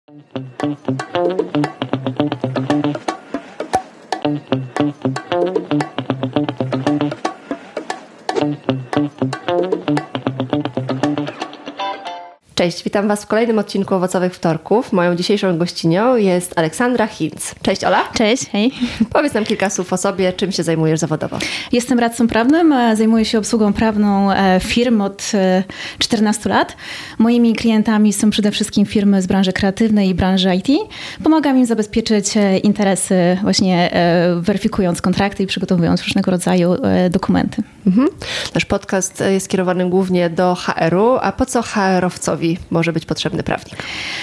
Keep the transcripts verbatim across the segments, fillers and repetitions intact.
Cześć, witam Was w kolejnym odcinku Owocowych Wtorków. Moją dzisiejszą gościnią jest Aleksandra Hinz. Cześć Ola. Cześć, hej. Powiedz nam kilka słów o sobie, czym się zajmujesz zawodowo. Jestem radcą prawnym, zajmuję się obsługą prawną firm od czternastu lat. Moimi klientami są przede wszystkim firmy z branży kreatywnej i branży I T. Pomagam im zabezpieczyć interesy, właśnie weryfikując kontrakty i przygotowując różnego rodzaju dokumenty. Mhm. Nasz podcast jest skierowany głównie do H R-u, a po co H R-owcowi może być potrzebny prawnik?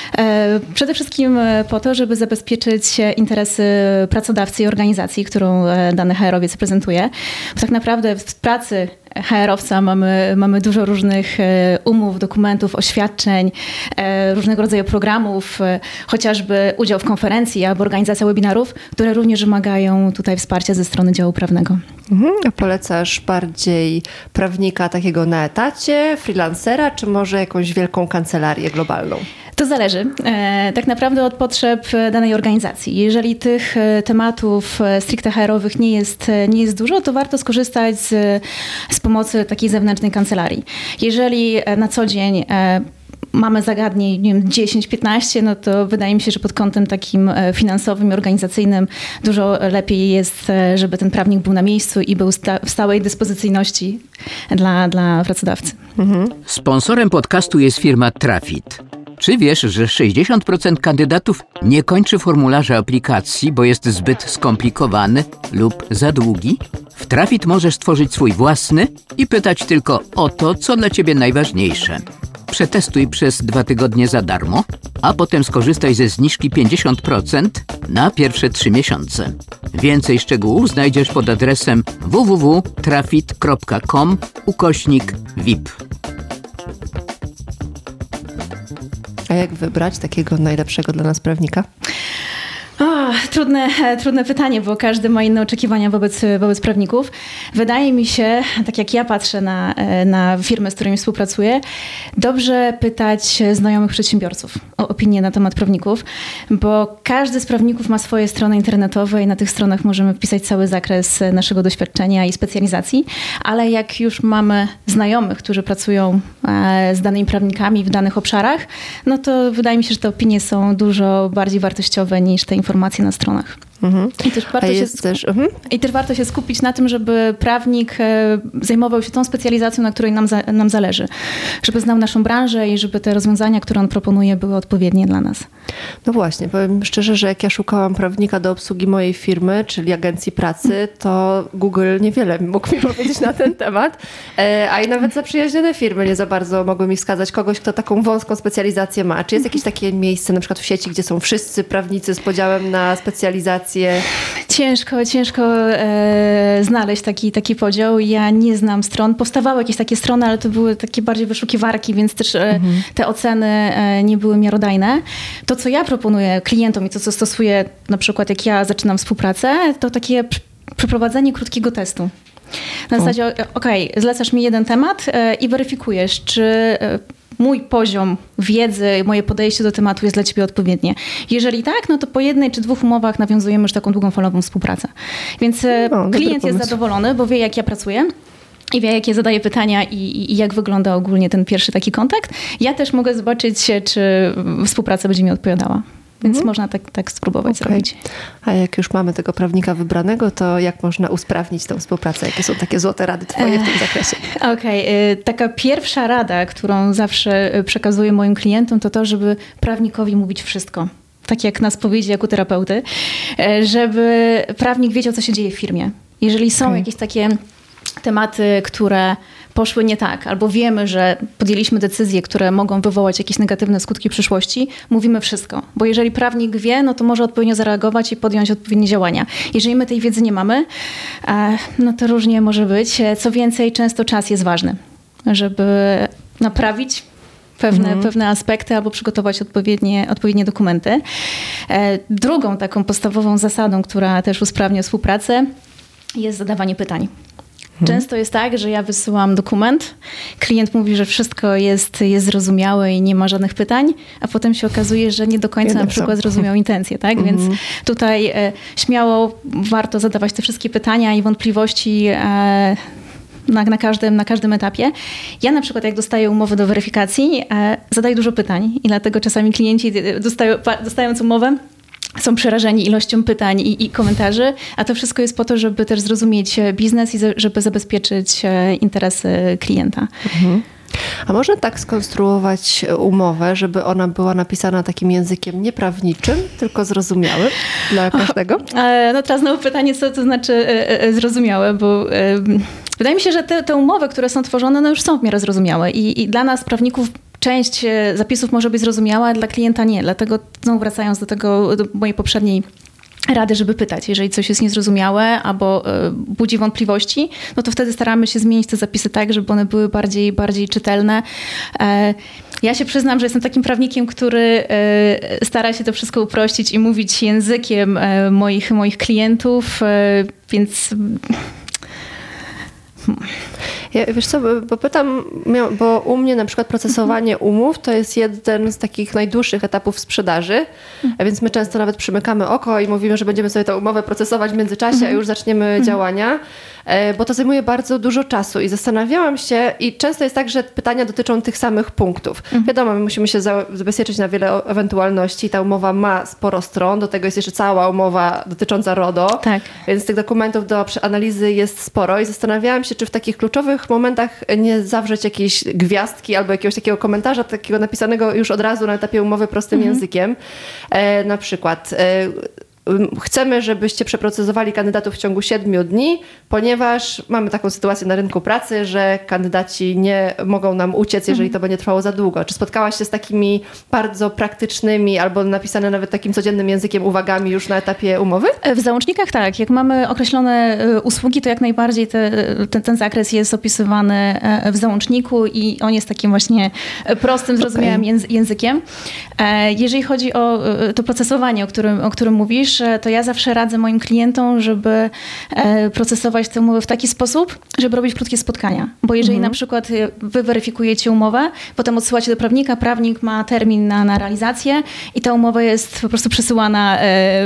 Przede wszystkim po to, żeby zabezpieczyć interesy pracodawcy i organizacji, którą dany H R-owiec reprezentuje. Bo tak naprawdę w pracy H R-owca mamy, mamy dużo różnych umów, dokumentów, oświadczeń, różnego rodzaju programów, chociażby udział w konferencji albo organizacja webinarów, które również wymagają tutaj wsparcia ze strony działu prawnego. Mhm. A polecasz bardziej prawnika takiego na etacie, freelancera, czy może jakąś wielką kancelarię globalną? To zależy tak naprawdę od potrzeb danej organizacji. Jeżeli tych tematów stricte H R-owych nie jest, nie jest dużo, to warto skorzystać z, z pomocy takiej zewnętrznej kancelarii. Jeżeli na co dzień mamy zagadnień, nie wiem, dziesięć piętnaście, no to wydaje mi się, że pod kątem takim finansowym i organizacyjnym dużo lepiej jest, żeby ten prawnik był na miejscu i był sta- w stałej dyspozycyjności dla, dla pracodawcy. Mhm. Sponsorem podcastu jest firma Trafit. Czy wiesz, że sześćdziesiąt procent kandydatów nie kończy formularza aplikacji, bo jest zbyt skomplikowany lub za długi? W Trafit możesz stworzyć swój własny i pytać tylko o to, co dla Ciebie najważniejsze. Przetestuj przez dwa tygodnie za darmo, a potem skorzystaj ze zniżki pięćdziesiąt procent na pierwsze trzy miesiące. Więcej szczegółów znajdziesz pod adresem w w w kropka trafit kropka com ukośnik V I P. A jak wybrać takiego najlepszego dla nas prawnika? O, trudne, trudne pytanie, bo każdy ma inne oczekiwania wobec, wobec prawników. Wydaje mi się, tak jak ja patrzę na, na firmy, z którymi współpracuję, dobrze pytać znajomych przedsiębiorców o opinię na temat prawników, bo każdy z prawników ma swoje strony internetowe i na tych stronach możemy wpisać cały zakres naszego doświadczenia i specjalizacji, ale jak już mamy znajomych, którzy pracują z danymi prawnikami w danych obszarach, no to wydaje mi się, że te opinie są dużo bardziej wartościowe niż te informacje na stronach. Mhm. I, też warto się skup... też, uh-huh. I też warto się skupić na tym, żeby prawnik zajmował się tą specjalizacją, na której nam, za, nam zależy. Żeby znał naszą branżę i żeby te rozwiązania, które on proponuje, były odpowiednie dla nas. No właśnie, powiem szczerze, że jak ja szukałam prawnika do obsługi mojej firmy, czyli agencji pracy, to Google niewiele mógł mi powiedzieć na ten temat, a i nawet zaprzyjaźnione firmy nie za bardzo mogły mi wskazać kogoś, kto taką wąską specjalizację ma. Czy jest jakieś takie miejsce, na przykład w sieci, gdzie są wszyscy prawnicy z podziałem na specjalizację? Ciężko, ciężko e, znaleźć taki, taki podział. Ja nie znam stron. Powstawały jakieś takie strony, ale to były takie bardziej wyszukiwarki, więc też e, mhm. te oceny e, nie były miarodajne. To, co ja proponuję klientom i to, co stosuję na przykład jak ja zaczynam współpracę, to takie przeprowadzenie krótkiego testu. Na zasadzie, okej, okay, zlecasz mi jeden temat e, i weryfikujesz, czy e, mój poziom wiedzy, moje podejście do tematu jest dla Ciebie odpowiednie. Jeżeli tak, no to po jednej czy dwóch umowach nawiązujemy już taką długofalową współpracę. Więc no, klient jest zadowolony, bo wie, jak ja pracuję. I wie, jakie zadaję pytania i, i, i jak wygląda ogólnie ten pierwszy taki kontakt. Ja też mogę zobaczyć, czy współpraca będzie mi odpowiadała. Więc mhm. można tak, tak spróbować okay. zrobić. A jak już mamy tego prawnika wybranego, to jak można usprawnić tę współpracę? Jakie są takie złote rady Twoje w tym zakresie? Okej. Okay. Taka pierwsza rada, którą zawsze przekazuję moim klientom, to to, żeby prawnikowi mówić wszystko. Tak jak na spowiedzi, jak u terapeuty. Żeby prawnik wiedział, co się dzieje w firmie. Jeżeli są okay. jakieś takie tematy, które poszły nie tak, albo wiemy, że podjęliśmy decyzje, które mogą wywołać jakieś negatywne skutki w przyszłości, mówimy wszystko. Bo jeżeli prawnik wie, no to może odpowiednio zareagować i podjąć odpowiednie działania. Jeżeli my tej wiedzy nie mamy, no to różnie może być. Co więcej, często czas jest ważny, żeby naprawić pewne, mhm. pewne aspekty albo przygotować odpowiednie, odpowiednie dokumenty. Drugą taką podstawową zasadą, która też usprawnia współpracę, jest zadawanie pytań. Często jest tak, że ja wysyłam dokument, klient mówi, że wszystko jest, jest zrozumiałe i nie ma żadnych pytań, a potem się okazuje, że nie do końca Nie na przykład zrozumiał intencje, tak? Więc tutaj e, śmiało warto zadawać te wszystkie pytania i wątpliwości e, na, na, każdym, na każdym etapie. Ja na przykład jak dostaję umowę do weryfikacji, e, zadaję dużo pytań i dlatego czasami klienci dostają, dostając umowę, są przerażeni ilością pytań i, i komentarzy, a to wszystko jest po to, żeby też zrozumieć biznes i za, żeby zabezpieczyć interesy klienta. Mhm. A można tak skonstruować umowę, żeby ona była napisana takim językiem nieprawniczym, tylko zrozumiałym dla każdego? O, no teraz znowu pytanie, co to znaczy zrozumiałe, bo wydaje mi się, że te, te umowy, które są tworzone, no już są w miarę zrozumiałe i, i dla nas prawników część zapisów może być zrozumiała, a dla klienta nie. Dlatego znowu wracając do tego, do mojej poprzedniej rady, żeby pytać. Jeżeli coś jest niezrozumiałe albo y, budzi wątpliwości, no to wtedy staramy się zmienić te zapisy tak, żeby one były bardziej, bardziej czytelne. E, ja się przyznam, że jestem takim prawnikiem, który y, stara się to wszystko uprościć i mówić językiem y, moich, moich klientów, y, więc... Ja, wiesz co, bo pytam, bo u mnie na przykład procesowanie umów to jest jeden z takich najdłuższych etapów sprzedaży, a więc my często nawet przymykamy oko i mówimy, że będziemy sobie tę umowę procesować w międzyczasie, a już zaczniemy działania, bo to zajmuje bardzo dużo czasu i zastanawiałam się i często jest tak, że pytania dotyczą tych samych punktów. Wiadomo, my musimy się zabezpieczyć na wiele ewentualności. Ta umowa ma sporo stron, do tego jest jeszcze cała umowa dotycząca RODO, tak. Więc tych dokumentów do analizy jest sporo i zastanawiałam się, czy w takich kluczowych momentach nie zawrzeć jakiejś gwiazdki albo jakiegoś takiego komentarza, takiego napisanego już od razu na etapie umowy prostym mhm. językiem. E, na przykład e, chcemy, żebyście przeprocesowali kandydatów w ciągu siedmiu dni, ponieważ mamy taką sytuację na rynku pracy, że kandydaci nie mogą nam uciec, jeżeli to będzie trwało za długo. Czy spotkałaś się z takimi bardzo praktycznymi albo napisane nawet takim codziennym językiem uwagami już na etapie umowy? W załącznikach tak. Jak mamy określone usługi, to jak najbardziej te, ten, ten zakres jest opisywany w załączniku i on jest takim właśnie prostym, zrozumiałym okay. językiem. Jeżeli chodzi o to procesowanie, o którym, o którym mówisz, to ja zawsze radzę moim klientom, żeby procesować tę umowę w taki sposób, żeby robić krótkie spotkania. Bo jeżeli mhm. na przykład wy weryfikujecie umowę, potem odsyłacie do prawnika, prawnik ma termin na, na realizację i ta umowa jest po prostu przesyłana,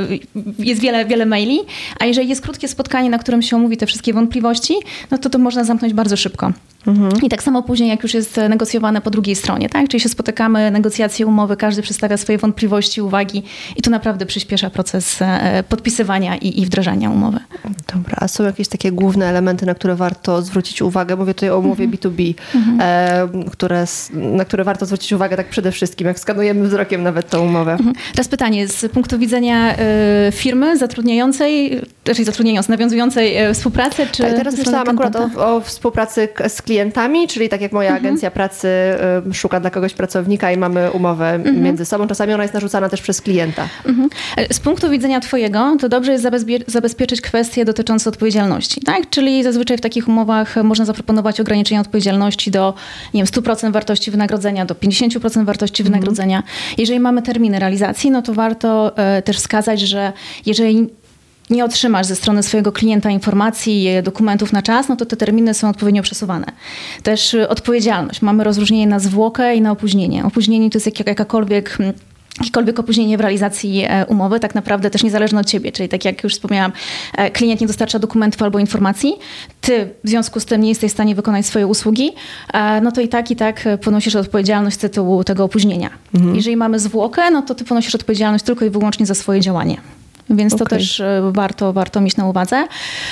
jest wiele, wiele maili, a jeżeli jest krótkie spotkanie, na którym się omówi te wszystkie wątpliwości, no to to można zamknąć bardzo szybko. Mhm. I tak samo później, jak już jest negocjowane po drugiej stronie, tak? Czyli się spotykamy, negocjacje umowy, każdy przedstawia swoje wątpliwości, uwagi i to naprawdę przyspiesza proces podpisywania i, i wdrażania umowy. Dobra, a są jakieś takie główne elementy, na które warto zwrócić uwagę? Mówię tutaj o umowie mhm. B dwa B, mhm. e, które, na które warto zwrócić uwagę tak przede wszystkim, jak skanujemy wzrokiem nawet tą umowę. Mhm. Teraz pytanie, z punktu widzenia y, firmy zatrudniającej, czyli zatrudniającej, nawiązującej y, współpracę, czy... Tak, teraz myślałam akurat o, o współpracy z klientami, czyli tak jak moja mhm. agencja pracy y, szuka dla kogoś pracownika i mamy umowę mhm. między sobą. Czasami ona jest narzucana też przez klienta. Mhm. Z punktu widzenia twojego, to dobrze jest zabezpie- zabezpieczyć kwestie dotyczące odpowiedzialności, tak? Czyli zazwyczaj w takich umowach można zaproponować ograniczenie odpowiedzialności do, nie wiem, sto procent wartości wynagrodzenia, do pięćdziesiąt procent wartości mhm. wynagrodzenia. Jeżeli mamy terminy realizacji, no to warto y, też wskazać, że jeżeli nie otrzymasz ze strony swojego klienta informacji, dokumentów na czas, no to te terminy są odpowiednio przesuwane. Też odpowiedzialność. Mamy rozróżnienie na zwłokę i na opóźnienie. Opóźnienie to jest jak, jakakolwiek... jakiekolwiek opóźnienie w realizacji umowy, tak naprawdę też niezależne od ciebie. Czyli tak jak już wspomniałam, klient nie dostarcza dokumentów albo informacji, ty w związku z tym nie jesteś w stanie wykonać swojej usługi, no to i tak, i tak ponosisz odpowiedzialność z tytułu tego opóźnienia. Mhm. Jeżeli mamy zwłokę, no to ty ponosisz odpowiedzialność tylko i wyłącznie za swoje działanie. Więc to okay. też warto, warto mieć na uwadze.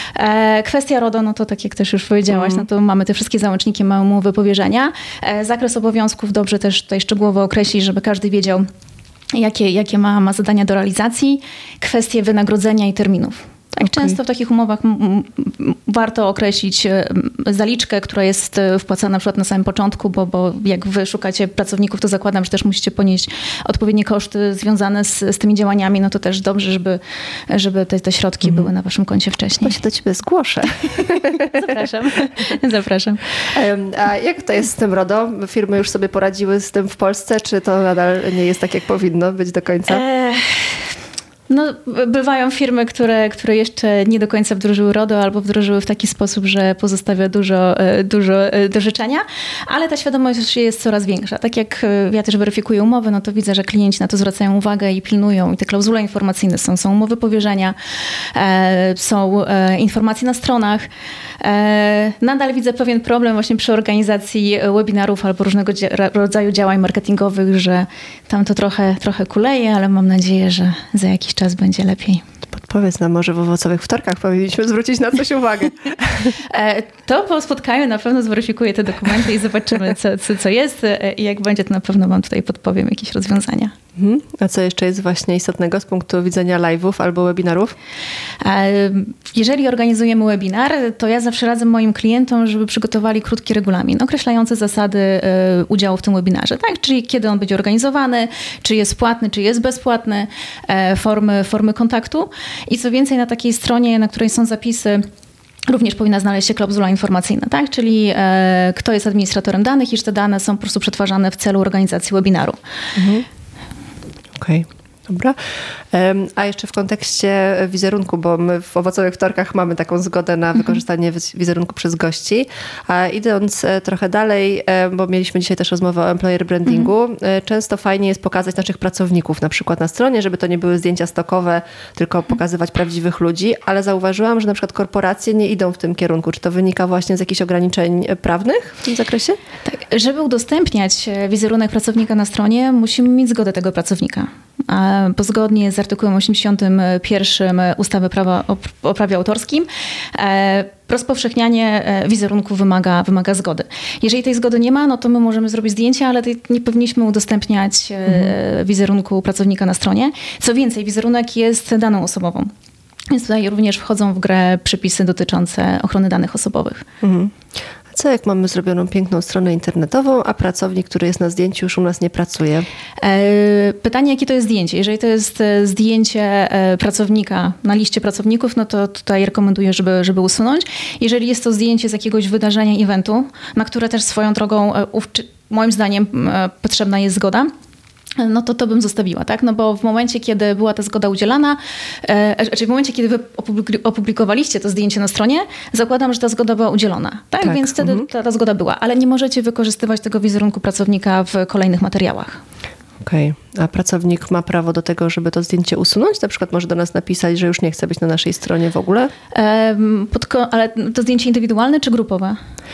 E, kwestia RODO, no to tak jak też już powiedziałaś, mm. no to mamy te wszystkie załączniki, mamy umowy powierzenia. E, zakres obowiązków dobrze też tutaj szczegółowo określić, żeby każdy wiedział, jakie, jakie ma, ma zadania do realizacji. Kwestie wynagrodzenia i terminów. Tak, okay. Często w takich umowach m- m- warto określić zaliczkę, która jest wpłacana na przykład na samym początku, bo, bo jak wy szukacie pracowników, to zakładam, że też musicie ponieść odpowiednie koszty związane z, z tymi działaniami, no to też dobrze, żeby, żeby te, te środki mm. były na waszym koncie wcześniej. To się do ciebie zgłoszę. Zapraszam. Zapraszam. A jak to jest z tym RODO? Firmy już sobie poradziły z tym w Polsce, czy to nadal nie jest tak, jak powinno być do końca? E- No, bywają firmy, które, które jeszcze nie do końca wdrożyły RODO albo wdrożyły w taki sposób, że pozostawia dużo, dużo do życzenia, ale ta świadomość jest coraz większa. Tak jak ja też weryfikuję umowy, no to widzę, że klienci na to zwracają uwagę i pilnują i te klauzule informacyjne są, są umowy powierzenia, e, są e, informacje na stronach. E, nadal widzę pewien problem właśnie przy organizacji webinarów albo różnego dzia- rodzaju działań marketingowych, że tam to trochę, trochę kuleje, ale mam nadzieję, że za jakiś czas będzie lepiej. Podpowiedz nam, może w owocowych wtorkach powinniśmy zwrócić na coś uwagę. To po spotkaniu na pewno zweryfikuję te dokumenty i zobaczymy, co, co, co jest i jak będzie, to na pewno wam tutaj podpowiem jakieś rozwiązania. Mhm. A co jeszcze jest właśnie istotnego z punktu widzenia live'ów albo webinarów? Jeżeli organizujemy webinar, to ja zawsze radzę moim klientom, żeby przygotowali krótki regulamin określający zasady udziału w tym webinarze, tak? Czyli kiedy on będzie organizowany, czy jest płatny, czy jest bezpłatny, formy, formy kontaktu. I co więcej, na takiej stronie, na której są zapisy, również powinna znaleźć się klauzula informacyjna, tak? Czyli e, kto jest administratorem danych i że te dane są po prostu przetwarzane w celu organizacji webinaru. Mhm. Okej. Okay. Dobra. A jeszcze w kontekście wizerunku, bo my w owocowych wtorkach mamy taką zgodę na wykorzystanie wizerunku przez gości. A idąc trochę dalej, bo mieliśmy dzisiaj też rozmowę o employer brandingu, często fajnie jest pokazać naszych pracowników na przykład na stronie, żeby to nie były zdjęcia stokowe, tylko pokazywać prawdziwych ludzi, ale zauważyłam, że na przykład korporacje nie idą w tym kierunku. Czy to wynika właśnie z jakichś ograniczeń prawnych w tym zakresie? Tak, żeby udostępniać wizerunek pracownika na stronie, musimy mieć zgodę tego pracownika. Bo zgodnie z artykułem osiemdziesiątym pierwszym ustawy prawa o prawie autorskim rozpowszechnianie wizerunku wymaga, wymaga zgody. Jeżeli tej zgody nie ma, no to my możemy zrobić zdjęcie, ale nie powinniśmy udostępniać mhm. wizerunku pracownika na stronie. Co więcej, wizerunek jest daną osobową. Więc tutaj również wchodzą w grę przepisy dotyczące ochrony danych osobowych. Mhm. Co jak mamy zrobioną piękną stronę internetową, a pracownik, który jest na zdjęciu, już u nas nie pracuje? Pytanie, jakie to jest zdjęcie? Jeżeli to jest zdjęcie pracownika na liście pracowników, no to tutaj rekomenduję, żeby, żeby usunąć. Jeżeli jest to zdjęcie z jakiegoś wydarzenia, eventu, na które też swoją drogą, moim zdaniem, potrzebna jest zgoda, no to to bym zostawiła, tak? No bo w momencie, kiedy była ta zgoda udzielana, e, czyli w momencie, kiedy wy opublikowaliście to zdjęcie na stronie, zakładam, że ta zgoda była udzielona, tak? tak. Więc wtedy mhm. ta, ta zgoda była, ale nie możecie wykorzystywać tego wizerunku pracownika w kolejnych materiałach. Okej, okay. A pracownik ma prawo do tego, żeby to zdjęcie usunąć? Na przykład może do nas napisać, że już nie chce być na naszej stronie w ogóle? E, pod, ale to zdjęcie indywidualne czy grupowe?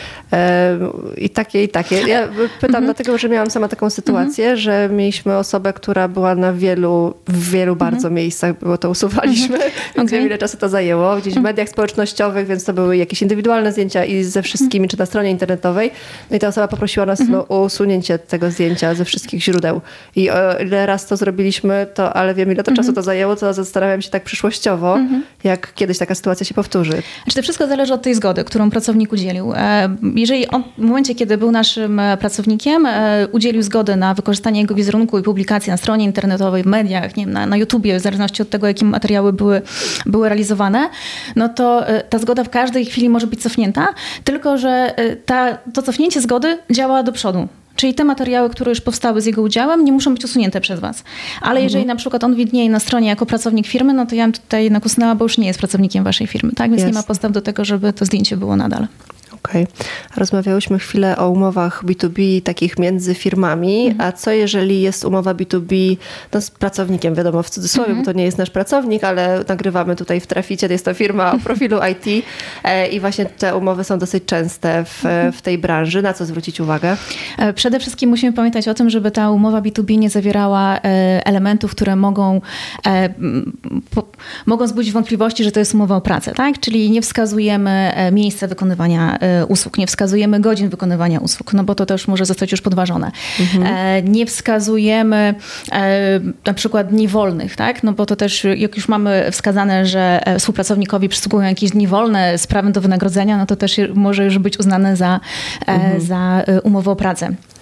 E, I takie, i takie. Ja pytam mhm. dlatego, że miałam sama taką sytuację, mhm. że mieliśmy osobę, która była na wielu, w wielu mhm. bardzo miejscach, bo to usuwaliśmy, mhm. więc okay. wiem, ile czasu to zajęło. Gdzieś w mediach społecznościowych, więc to były jakieś indywidualne zdjęcia i ze wszystkimi, mhm. czy na stronie internetowej. No i ta osoba poprosiła nas mhm. o usunięcie tego zdjęcia ze wszystkich źródeł. I o ile raz to zrobiliśmy, to ale wiem, ile to mhm. czasu to zajęło, to zastanawiam się tak przyszłościowo, mhm. jak kiedyś taka sytuacja się powtórzy. Znaczy to wszystko zależy od tej zgody, którą pracownik udzielił. Jeżeli on w momencie, kiedy był naszym pracownikiem, udzielił zgody na wykorzystanie jego wizerunku i publikacji na stronie internetowej, w mediach, nie wiem, na, na YouTubie, w zależności od tego, jakie materiały były, były realizowane, no to ta zgoda w każdej chwili może być cofnięta, tylko że ta, to cofnięcie zgody działa do przodu. Czyli te materiały, które już powstały z jego udziałem, nie muszą być usunięte przez was. Ale mhm. jeżeli na przykład on widnieje na stronie jako pracownik firmy, no to ja bym tutaj jednak usunęła, bo już nie jest pracownikiem waszej firmy, tak? Więc yes. nie ma podstaw do tego, żeby to zdjęcie było nadal. Okej. Okay. Rozmawiałyśmy chwilę o umowach B dwa B takich między firmami, mhm. a co jeżeli jest umowa B dwa B no, z pracownikiem, wiadomo w cudzysłowie, mhm. bo to nie jest nasz pracownik, ale nagrywamy tutaj w Traficie, jest to firma o profilu I T e, i właśnie te umowy są dosyć częste w, mhm. w tej branży. Na co zwrócić uwagę? Przede wszystkim musimy pamiętać o tym, żeby ta umowa B dwa B nie zawierała elementów, które mogą, e, po, mogą zbudzić wątpliwości, że to jest umowa o pracę, tak? Czyli nie wskazujemy miejsca wykonywania usług, nie wskazujemy godzin wykonywania usług, no bo to też może zostać już podważone. Mhm. Nie wskazujemy na przykład dni wolnych, tak? No bo to też, jak już mamy wskazane, że współpracownikowi przysługują jakieś dni wolne z prawem do wynagrodzenia, no to też może już być uznane za, mhm. za umowę o pracę.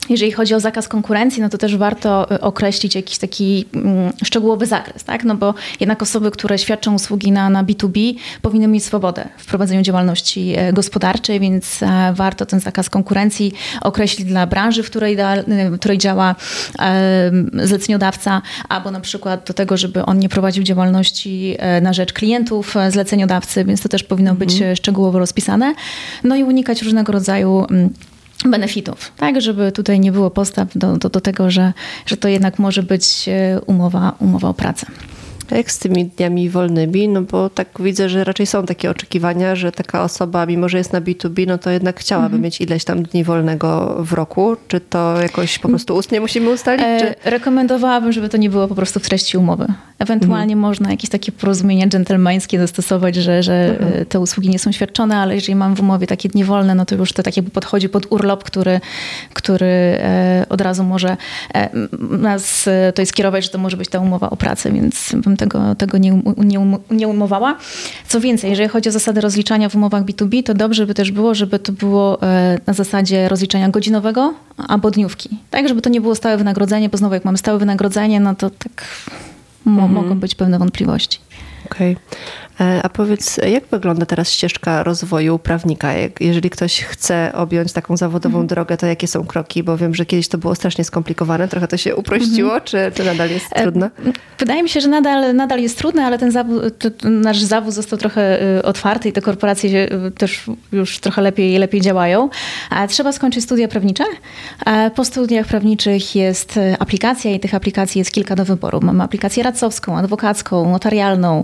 Jeżeli chodzi o zakaz konkurencji, no to też warto określić jakiś taki mm, szczegółowy zakres, tak? No bo jednak osoby, które świadczą usługi na, na B dwa B powinny mieć swobodę w prowadzeniu działalności gospodarczej, więc e, warto ten zakaz konkurencji określić dla branży, w której, da, w której działa e, zleceniodawca, albo na przykład do tego, żeby on nie prowadził działalności e, na rzecz klientów zleceniodawcy, więc to też powinno mhm. być szczegółowo rozpisane. No i unikać różnego rodzaju mm, benefitów, tak, żeby tutaj nie było podstaw do, do, do tego, że, że to jednak może być umowa, umowa o pracę. A jak z tymi dniami wolnymi? No bo tak widzę, że raczej są takie oczekiwania, że taka osoba, mimo że jest na B dwa B, no to jednak chciałaby mhm. mieć ileś tam dni wolnego w roku. Czy to jakoś po prostu ustnie musimy ustalić? Czy... E, rekomendowałabym, żeby to nie było po prostu w treści umowy. Ewentualnie mhm. można jakieś takie porozumienia dżentelmeńskie zastosować, że, że mhm. te usługi nie są świadczone, ale jeżeli mam w umowie takie dni wolne, no to już to tak jakby podchodzi pod urlop, który, który e, od razu może e, nas to jest skierować, że to może być ta umowa o pracę, więc bym tego, tego nie, um, nie, um, nie umowała. Co więcej, jeżeli chodzi o zasady rozliczania w umowach B dwa B, to dobrze by też było, żeby to było e, na zasadzie rozliczenia godzinowego albo dniówki. Tak, żeby to nie było stałe wynagrodzenie, bo znowu jak mamy stałe wynagrodzenie, no to tak mo- mhm. mogą być pewne wątpliwości. Okej. Okay. A powiedz, jak wygląda teraz ścieżka rozwoju prawnika? Jak, jeżeli ktoś chce objąć taką zawodową mhm. drogę, to jakie są kroki? Bo wiem, że kiedyś to było strasznie skomplikowane, trochę to się uprościło, mhm. czy, czy nadal jest trudne? Wydaje mi się, że nadal, nadal jest trudne, ale ten zawód, nasz zawód został trochę otwarty i te korporacje też już trochę lepiej, lepiej działają. Trzeba skończyć studia prawnicze. Po studiach prawniczych jest aplikacja i tych aplikacji jest kilka do wyboru. Mamy aplikację radcowską, adwokacką, notarialną,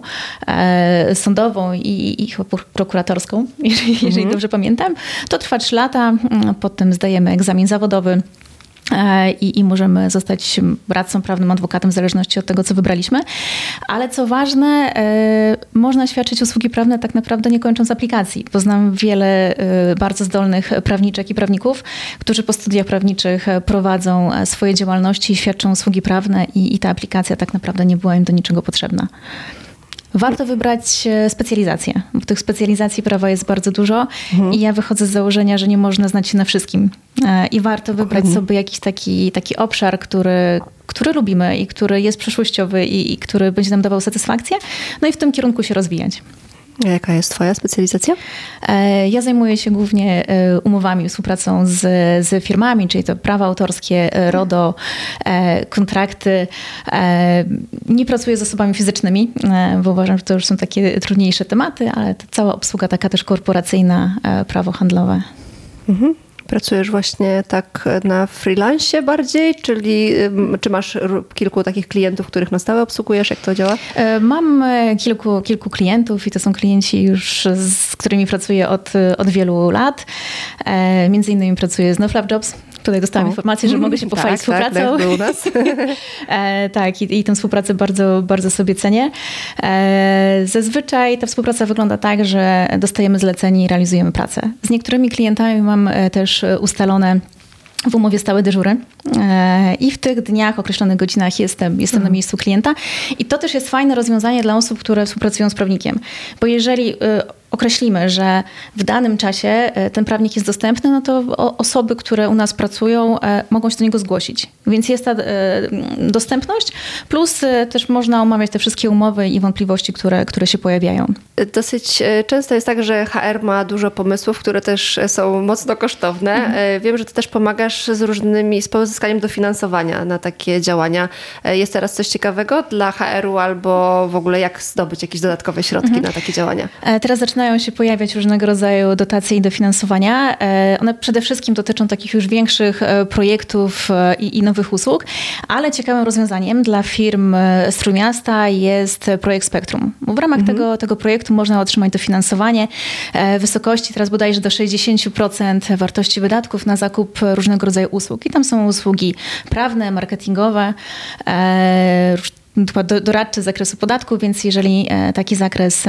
sądową i, i prokuratorską, jeżeli, mhm. jeżeli dobrze pamiętam. To trwa trzy lata, potem zdajemy egzamin zawodowy i, i możemy zostać radcą prawnym, adwokatem w zależności od tego, co wybraliśmy. Ale co ważne, można świadczyć usługi prawne tak naprawdę nie kończąc aplikacji. Poznam wiele bardzo zdolnych prawniczek i prawników, którzy po studiach prawniczych prowadzą swoje działalności i świadczą usługi prawne i, i ta aplikacja tak naprawdę nie była im do niczego potrzebna. Warto wybrać specjalizację, bo tych specjalizacji prawa jest bardzo dużo mhm. i ja wychodzę z założenia, że nie można znać się na wszystkim. I warto wybrać mhm. sobie jakiś taki, taki obszar, który, który lubimy i który jest przyszłościowy i, i który będzie nam dawał satysfakcję, no i w tym kierunku się rozwijać. A jaka jest twoja specjalizacja? Ja zajmuję się głównie umowami, współpracą z, z firmami, czyli to prawa autorskie, RODO, kontrakty. Nie pracuję z osobami fizycznymi, bo uważam, że to już są takie trudniejsze tematy, ale to cała obsługa taka też korporacyjna, prawo handlowe. Mhm. Pracujesz właśnie tak na freelancie bardziej, czyli czy masz kilku takich klientów, których na stałe obsługujesz? Jak to działa? Mam kilku, kilku klientów i to są klienci już, z którymi pracuję od, od wielu lat. Między innymi pracuję z No Fluff Jobs. Tutaj dostałam o. informację, że mogę się pochwalić tak, współpracą. Tak, był u nas. e, tak, i, i tę współpracę bardzo, bardzo sobie cenię. E, zazwyczaj ta współpraca wygląda tak, że dostajemy zlecenie i realizujemy pracę. Z niektórymi klientami mam też ustalone w umowie stałe dyżury i w tych dniach, określonych godzinach jestem, jestem mhm. na miejscu klienta. I to też jest fajne rozwiązanie dla osób, które współpracują z prawnikiem. Bo jeżeli określimy, że w danym czasie ten prawnik jest dostępny, no to osoby, które u nas pracują, mogą się do niego zgłosić. Więc jest ta dostępność, plus też można omawiać te wszystkie umowy i wątpliwości, które, które się pojawiają. Dosyć często jest tak, że H R ma dużo pomysłów, które też są mocno kosztowne. Mhm. Wiem, że ty też pomagasz z różnymi, z pozyskaniem dofinansowania na takie działania. Jest teraz coś ciekawego dla H R-u albo w ogóle jak zdobyć jakieś dodatkowe środki mhm. na takie działania? Teraz zaczynają się pojawiać różnego rodzaju dotacje i dofinansowania. One przede wszystkim dotyczą takich już większych projektów i, i nowych usług, ale ciekawym rozwiązaniem dla firm z Trójmiasta jest projekt Spektrum. W ramach mhm. tego, tego projektu można otrzymać dofinansowanie w wysokości teraz bodajże do sześćdziesiąt procent wartości wydatków na zakup różnego rodzaju usług. I tam są usługi prawne, marketingowe, doradcze z zakresu podatku, więc jeżeli taki zakres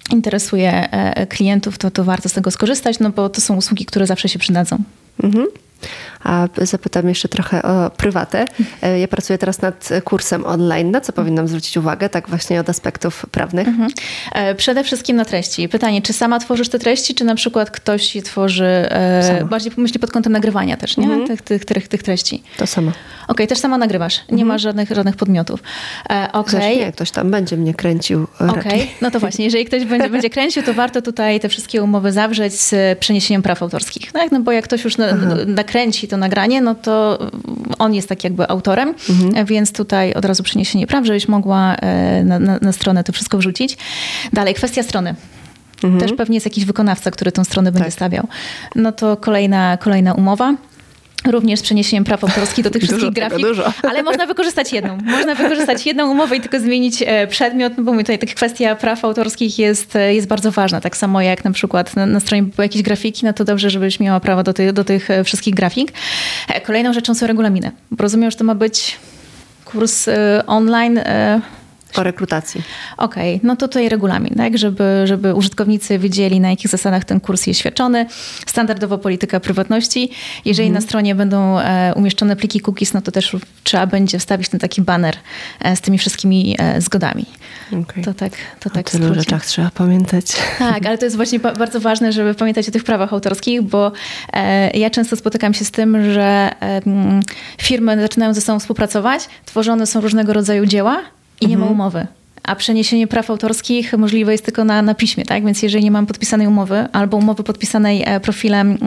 interesuje klientów, to, to warto z tego skorzystać, no bo to są usługi, które zawsze się przydadzą. Mhm. A zapytam jeszcze trochę o prywatę. Ja pracuję teraz nad kursem online. Na co powinnam zwrócić uwagę, tak właśnie od aspektów prawnych? Mhm. Przede wszystkim na treści. Pytanie, czy sama tworzysz te treści, czy na przykład ktoś je tworzy e, bardziej myśli pod kątem nagrywania też, nie? Mhm. Tych, tych, tych, tych treści. To sama. Okej, okay, też sama nagrywasz. Nie mhm. ma żadnych, żadnych podmiotów. E, okay. Zresztą nie, ktoś tam będzie mnie kręcił. Okej, okay. No to właśnie, jeżeli ktoś będzie, będzie kręcił, to warto tutaj te wszystkie umowy zawrzeć z przeniesieniem praw autorskich. Tak? No bo jak ktoś już na, nakręci to nagranie, no to on jest tak jakby autorem, mhm. więc tutaj od razu przeniesienie praw, żebyś mogła na, na, na stronę to wszystko wrzucić. Dalej, kwestia strony. Mhm. Też pewnie jest jakiś wykonawca, który tą stronę będzie tak. stawiał. No to kolejna, kolejna umowa. Również z przeniesieniem praw autorskich do tych dużo wszystkich grafik, tego, dużo. Ale można wykorzystać jedną. Można wykorzystać jedną umowę i tylko zmienić przedmiot, no bo mówię, tutaj kwestia praw autorskich jest, jest bardzo ważna. Tak samo jak na przykład na, na stronie były jakieś grafiki, no to dobrze, żebyś miała prawo do, ty, do tych wszystkich grafik. Kolejną rzeczą są regulaminy. Bo rozumiem, że to ma być kurs online. O rekrutacji. Okej, okay, no to tutaj regulamin, tak? żeby, żeby użytkownicy wiedzieli, na jakich zasadach ten kurs jest świadczony. Standardowo polityka prywatności. Jeżeli mhm. na stronie będą e, umieszczone pliki cookies, no to też trzeba będzie wstawić ten taki baner e, z tymi wszystkimi e, zgodami. Okay. To tak, to tak o tylu skrócie. Rzeczach trzeba pamiętać. Tak, ale to jest właśnie bardzo ważne, żeby pamiętać o tych prawach autorskich, bo e, ja często spotykam się z tym, że e, firmy zaczynają ze sobą współpracować, tworzone są różnego rodzaju dzieła, i nie ma umowy. A przeniesienie praw autorskich możliwe jest tylko na, na piśmie, tak? Więc jeżeli nie mam podpisanej umowy albo umowy podpisanej profilem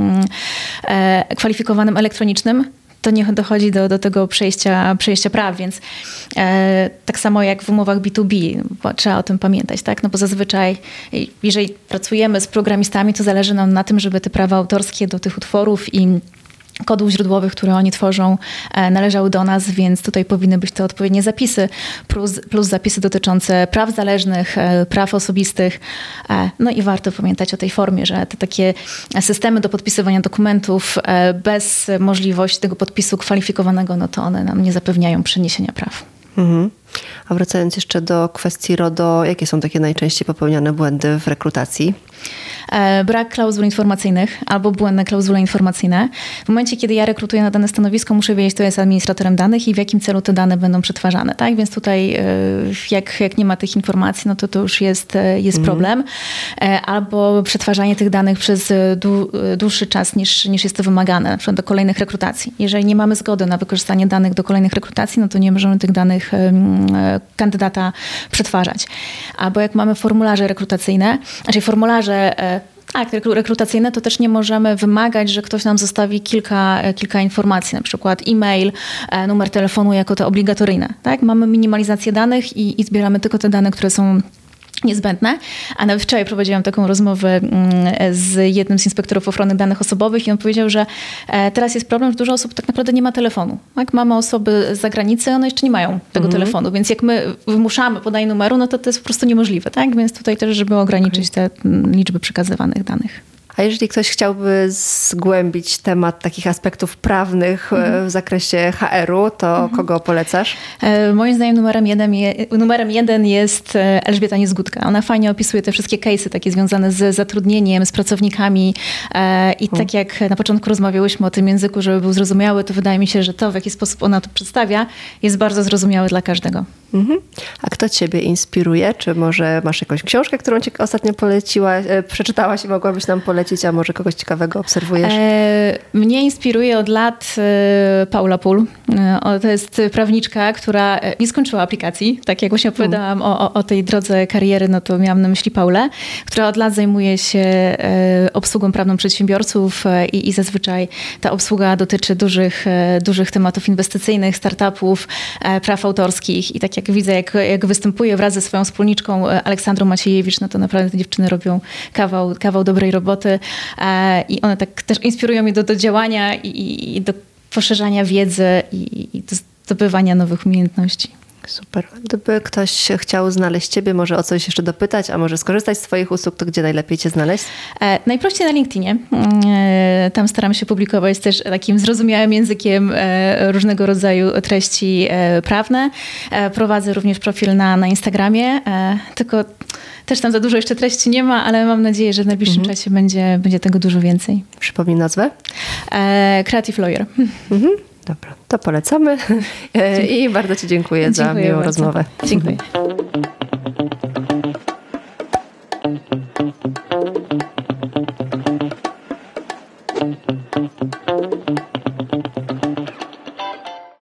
e, kwalifikowanym elektronicznym, to nie dochodzi do, do tego przejścia, przejścia praw, więc e, tak samo jak w umowach B dwa B, bo trzeba o tym pamiętać, tak? No bo zazwyczaj, jeżeli pracujemy z programistami, to zależy nam na tym, żeby te prawa autorskie do tych utworów i kodów źródłowych, które oni tworzą, należały do nas, więc tutaj powinny być te odpowiednie zapisy, plus, plus zapisy dotyczące praw zależnych, praw osobistych. No i warto pamiętać o tej formie, że te takie systemy do podpisywania dokumentów bez możliwości tego podpisu kwalifikowanego, no to one nam nie zapewniają przeniesienia praw. Mhm. A wracając jeszcze do kwestii RODO, jakie są takie najczęściej popełniane błędy w rekrutacji? Brak klauzul informacyjnych albo błędne klauzule informacyjne. W momencie, kiedy ja rekrutuję na dane stanowisko, muszę wiedzieć, kto jest administratorem danych i w jakim celu te dane będą przetwarzane. Tak? Więc tutaj jak, jak nie ma tych informacji, no to to już jest, jest mm. problem. Albo przetwarzanie tych danych przez dłuższy czas niż, niż jest to wymagane, na przykład do kolejnych rekrutacji. Jeżeli nie mamy zgody na wykorzystanie danych do kolejnych rekrutacji, no to nie możemy tych danych kandydata przetwarzać. Albo jak mamy formularze rekrutacyjne, znaczy formularze Tak, rekrutacyjne, to też nie możemy wymagać, że ktoś nam zostawi kilka, kilka informacji, na przykład e-mail, numer telefonu jako te obligatoryjne. Tak? Mamy minimalizację danych i, i zbieramy tylko te dane, które są niezbędne. A nawet wczoraj prowadziłam taką rozmowę z jednym z inspektorów ochrony danych osobowych i on powiedział, że teraz jest problem, że dużo osób tak naprawdę nie ma telefonu. Tak? Mamy osoby z zagranicy, one jeszcze nie mają tego mhm. telefonu, więc jak my wymuszamy podanie numeru, no to to jest po prostu niemożliwe. Tak? Więc tutaj też, żeby ograniczyć okay. te liczby przekazywanych danych. A jeżeli ktoś chciałby zgłębić temat takich aspektów prawnych mhm. w zakresie H R-u, to mhm. kogo polecasz? E, moim zdaniem numerem jeden, je, numerem jeden jest Elżbieta Niezgódka. Ona fajnie opisuje te wszystkie case'y takie związane z zatrudnieniem, z pracownikami e, i mhm. tak jak na początku rozmawiałyśmy o tym języku, żeby był zrozumiały, to wydaje mi się, że to, w jaki sposób ona to przedstawia, jest bardzo zrozumiałe dla każdego. Mhm. A kto ciebie inspiruje? Czy może masz jakąś książkę, którą ci ostatnio poleciłaś, e, przeczytałaś i mogłabyś nam polecić, a może kogoś ciekawego obserwujesz? E, mnie inspiruje od lat e, Paula Pool. E, to jest prawniczka, która nie skończyła aplikacji. Tak jak właśnie opowiadałam mm. o, o tej drodze kariery, no to miałam na myśli Paulę, która od lat zajmuje się e, obsługą prawną przedsiębiorców e, i, i zazwyczaj ta obsługa dotyczy dużych, e, dużych tematów inwestycyjnych, startupów, e, praw autorskich i tak jak widzę, jak, jak występuje wraz ze swoją wspólniczką Aleksandrą Maciejewicz, no to naprawdę te dziewczyny robią kawał, kawał dobrej roboty e, i one tak też inspirują mnie do, do działania i, i do poszerzania wiedzy i, i do zdobywania nowych umiejętności. Super. Gdyby ktoś chciał znaleźć ciebie, może o coś jeszcze dopytać, a może skorzystać z twoich usług, to gdzie najlepiej cię znaleźć? E, najprościej na LinkedInie. E, tam staram się publikować też takim zrozumiałym językiem e, różnego rodzaju treści e, prawne. E, prowadzę również profil na, na Instagramie, e, tylko Też tam za dużo jeszcze treści nie ma, ale mam nadzieję, że w najbliższym mhm. czasie będzie, będzie tego dużo więcej. Przypomnij nazwę? E, Creative Lawyer. Mhm. Dobra, to polecamy i bardzo Ci dziękuję, dziękuję za miłą bardzo. rozmowę. Dziękuję.